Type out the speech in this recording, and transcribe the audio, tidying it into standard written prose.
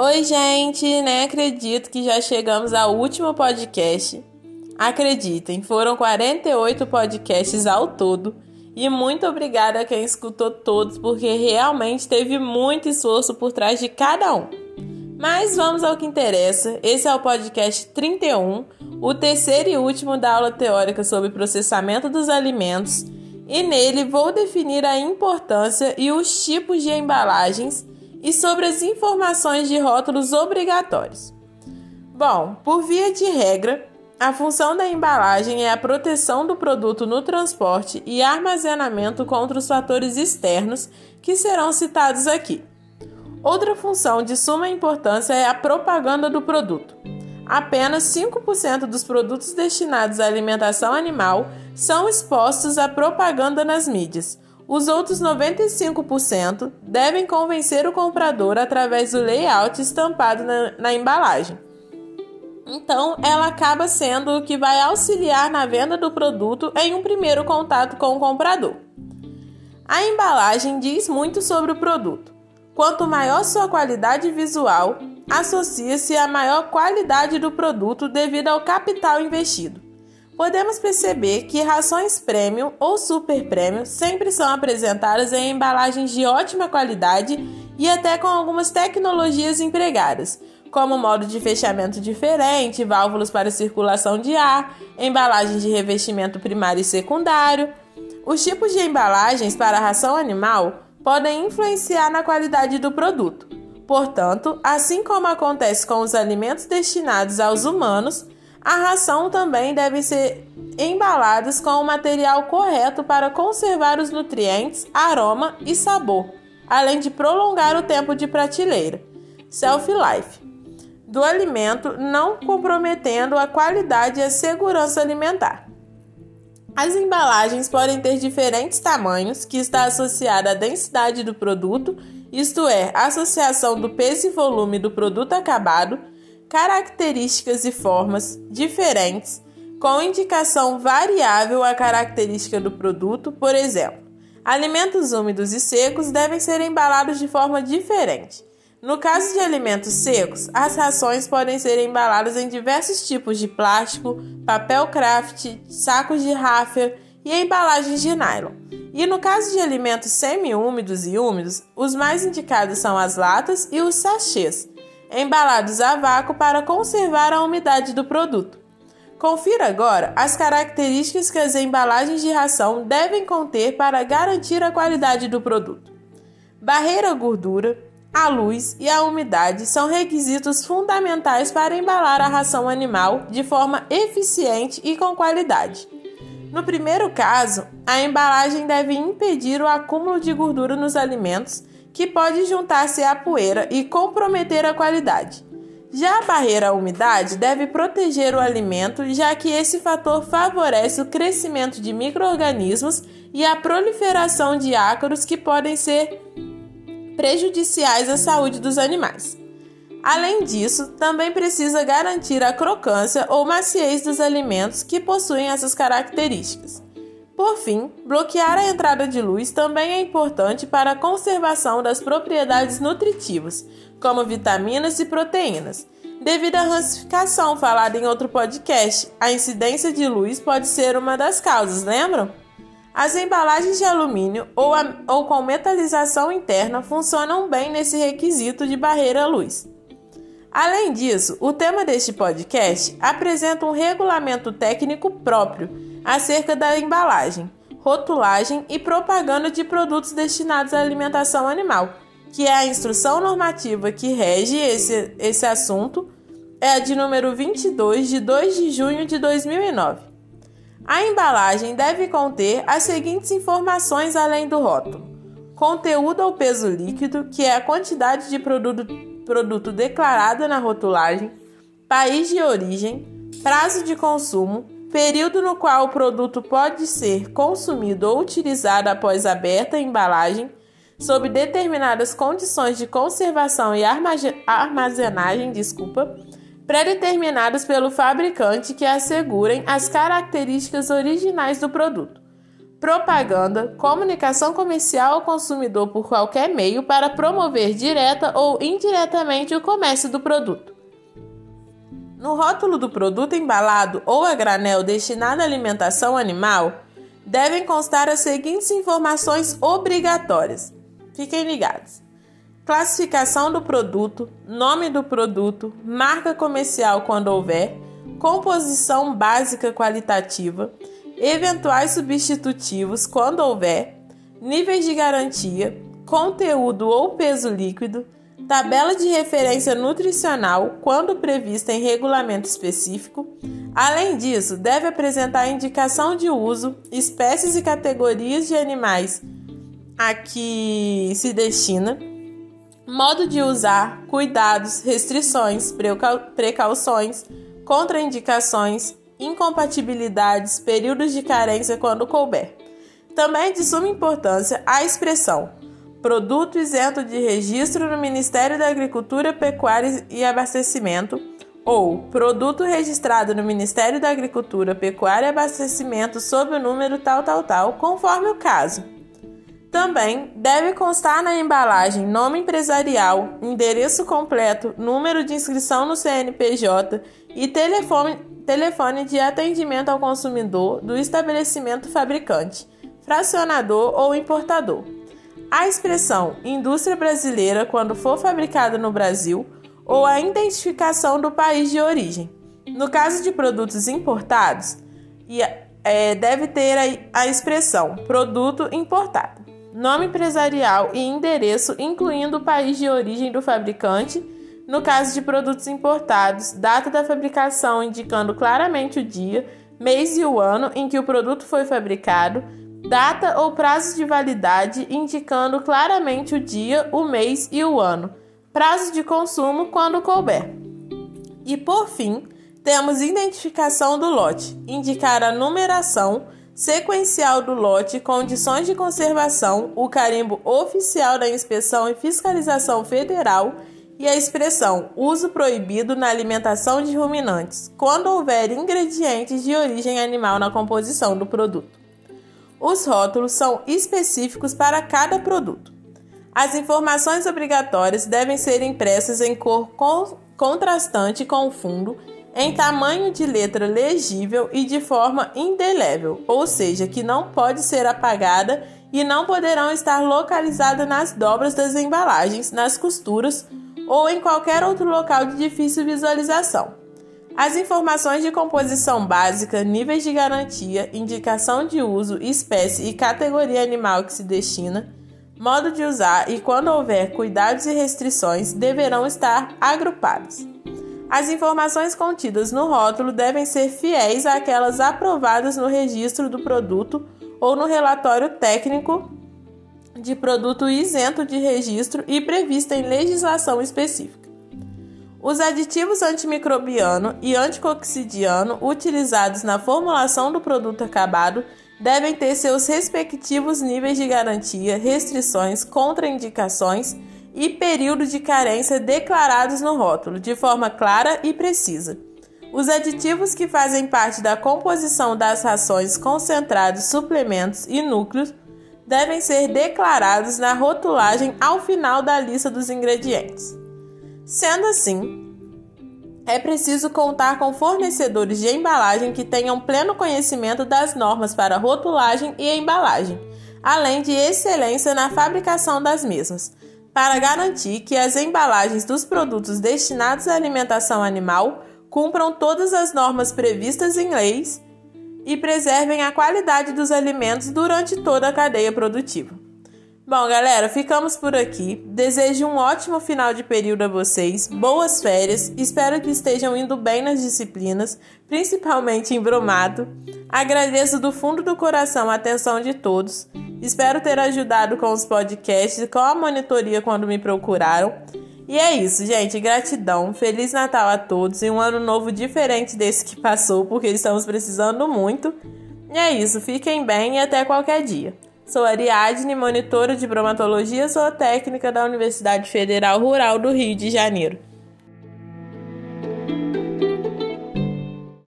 Oi, gente, nem acredito que já chegamos ao último podcast. Acreditem, foram 48 podcasts ao todo e muito obrigada a quem escutou todos, porque realmente teve muito esforço por trás de cada um. Mas vamos ao que interessa. Esse é o podcast 31, o terceiro e último da aula teórica sobre processamento dos alimentos, e nele vou definir a importância e os tipos de embalagens e sobre as informações de rótulos obrigatórios. Bom, por via de regra, a função da embalagem é a proteção do produto no transporte e armazenamento contra os fatores externos que serão citados aqui. Outra função de suma importância é a propaganda do produto. Apenas 5% dos produtos destinados à alimentação animal são expostos à propaganda nas mídias. Os outros 95% devem convencer o comprador através do layout estampado na embalagem. Então, ela acaba sendo o que vai auxiliar na venda do produto em um primeiro contato com o comprador. A embalagem diz muito sobre o produto. Quanto maior sua qualidade visual, associa-se a maior qualidade do produto devido ao capital investido. Podemos perceber que rações premium ou super premium sempre são apresentadas em embalagens de ótima qualidade e até com algumas tecnologias empregadas, como modo de fechamento diferente, válvulas para circulação de ar, embalagens de revestimento primário e secundário. Os tipos de embalagens para a ração animal podem influenciar na qualidade do produto. Portanto, assim como acontece com os alimentos destinados aos humanos, a ração também deve ser embalada com o material correto para conservar os nutrientes, aroma e sabor, além de prolongar o tempo de prateleira, shelf life, do alimento, não comprometendo a qualidade e a segurança alimentar. As embalagens podem ter diferentes tamanhos, que está associada à densidade do produto, isto é, a associação do peso e volume do produto acabado, características e formas diferentes, com indicação variável à característica do produto. Por exemplo, alimentos úmidos e secos devem ser embalados de forma diferente. No caso de alimentos secos, as rações podem ser embaladas em diversos tipos de plástico, papel craft, sacos de ráfia e embalagens de nylon. E no caso de alimentos semi-úmidos e úmidos, os mais indicados são as latas e os sachês, embalados a vácuo para conservar a umidade do produto. Confira agora as características que as embalagens de ração devem conter para garantir a qualidade do produto. Barreira à gordura, a luz e a umidade são requisitos fundamentais para embalar a ração animal de forma eficiente e com qualidade. No primeiro caso, a embalagem deve impedir o acúmulo de gordura nos alimentos, que pode juntar-se à poeira e comprometer a qualidade. Já a barreira à umidade deve proteger o alimento, já que esse fator favorece o crescimento de micro-organismos e a proliferação de ácaros que podem ser prejudiciais à saúde dos animais. Além disso, também precisa garantir a crocância ou maciez dos alimentos que possuem essas características. Por fim, bloquear a entrada de luz também é importante para a conservação das propriedades nutritivas, como vitaminas e proteínas. Devido à rancificação falada em outro podcast, a incidência de luz pode ser uma das causas, lembram? As embalagens de alumínio ou com metalização interna funcionam bem nesse requisito de barreira à luz. Além disso, o tema deste podcast apresenta um regulamento técnico próprio acerca da embalagem, rotulagem e propaganda de produtos destinados à alimentação animal, que é a instrução normativa que rege esse assunto, é a de número 22, de 2 de junho de 2009. A embalagem deve conter as seguintes informações além do rótulo: conteúdo ou peso líquido, que é a quantidade de produto declarada na rotulagem, país de origem, prazo de consumo, período no qual o produto pode ser consumido ou utilizado após aberta a embalagem, sob determinadas condições de conservação e armazenagem, pré-determinadas pelo fabricante que assegurem as características originais do produto. propaganda, comunicação comercial ao consumidor por qualquer meio para promover direta ou indiretamente o comércio do produto. No rótulo do produto embalado ou a granel destinado à alimentação animal, devem constar as seguintes informações obrigatórias. Fiquem ligados. Classificação do produto, nome do produto, marca comercial quando houver, composição básica qualitativa, eventuais substitutivos quando houver, níveis de garantia, conteúdo ou peso líquido, tabela de referência nutricional quando prevista em regulamento específico. Além disso, deve apresentar indicação de uso, espécies e categorias de animais a que se destina, modo de usar, cuidados, restrições, precauções, contraindicações, incompatibilidades, períodos de carência quando couber. Também é de suma importância a expressão produto isento de registro no Ministério da Agricultura, Pecuária e Abastecimento ou produto registrado no Ministério da Agricultura, Pecuária e Abastecimento sob o número tal, conforme o caso. Também deve constar na embalagem nome empresarial, endereço completo, número de inscrição no CNPJ e telefone de atendimento ao consumidor do estabelecimento fabricante, fracionador ou importador. A expressão indústria brasileira quando for fabricado no Brasil ou a identificação do país de origem. No caso de produtos importados, deve ter a expressão produto importado, nome empresarial e endereço incluindo o país de origem do fabricante. No caso de produtos importados, data da fabricação indicando claramente o dia, mês e o ano em que o produto foi fabricado, data ou prazo de validade indicando claramente o dia, o mês e o ano, prazo de consumo quando couber. E por fim, temos identificação do lote, indicar a numeração sequencial do lote, condições de conservação, o carimbo oficial da Inspeção e Fiscalização Federal e a expressão uso proibido na alimentação de ruminantes, quando houver ingredientes de origem animal na composição do produto. Os rótulos são específicos para cada produto. As informações obrigatórias devem ser impressas em cor contrastante com o fundo, em tamanho de letra legível e de forma indelével, ou seja, que não pode ser apagada e não poderão estar localizadas nas dobras das embalagens, nas costuras ou em qualquer outro local de difícil visualização. As informações de composição básica, níveis de garantia, indicação de uso, espécie e categoria animal que se destina, modo de usar e, quando houver cuidados e restrições, deverão estar agrupadas. As informações contidas no rótulo devem ser fiéis àquelas aprovadas no registro do produto ou no relatório técnico de produto isento de registro e prevista em legislação específica. Os aditivos antimicrobiano e anticoccidiano utilizados na formulação do produto acabado devem ter seus respectivos níveis de garantia, restrições, contraindicações e período de carência declarados no rótulo, de forma clara e precisa. Os aditivos que fazem parte da composição das rações, concentrados, suplementos e núcleos devem ser declarados na rotulagem ao final da lista dos ingredientes. Sendo assim, é preciso contar com fornecedores de embalagem que tenham pleno conhecimento das normas para rotulagem e embalagem, além de excelência na fabricação das mesmas, para garantir que as embalagens dos produtos destinados à alimentação animal cumpram todas as normas previstas em leis e preservem a qualidade dos alimentos durante toda a cadeia produtiva. Bom, galera, ficamos por aqui. Desejo um ótimo final de período a vocês, boas férias, espero que estejam indo bem nas disciplinas, principalmente em Bromato. Agradeço do fundo do coração a atenção de todos. Espero ter ajudado com os podcasts e com a monitoria quando me procuraram. E é isso, gente. Gratidão. Feliz Natal a todos e um ano novo diferente desse que passou, porque estamos precisando muito. E é isso. Fiquem bem e até qualquer dia. Sou Ariadne, monitora de bromatologia zootécnica da Universidade Federal Rural do Rio de Janeiro.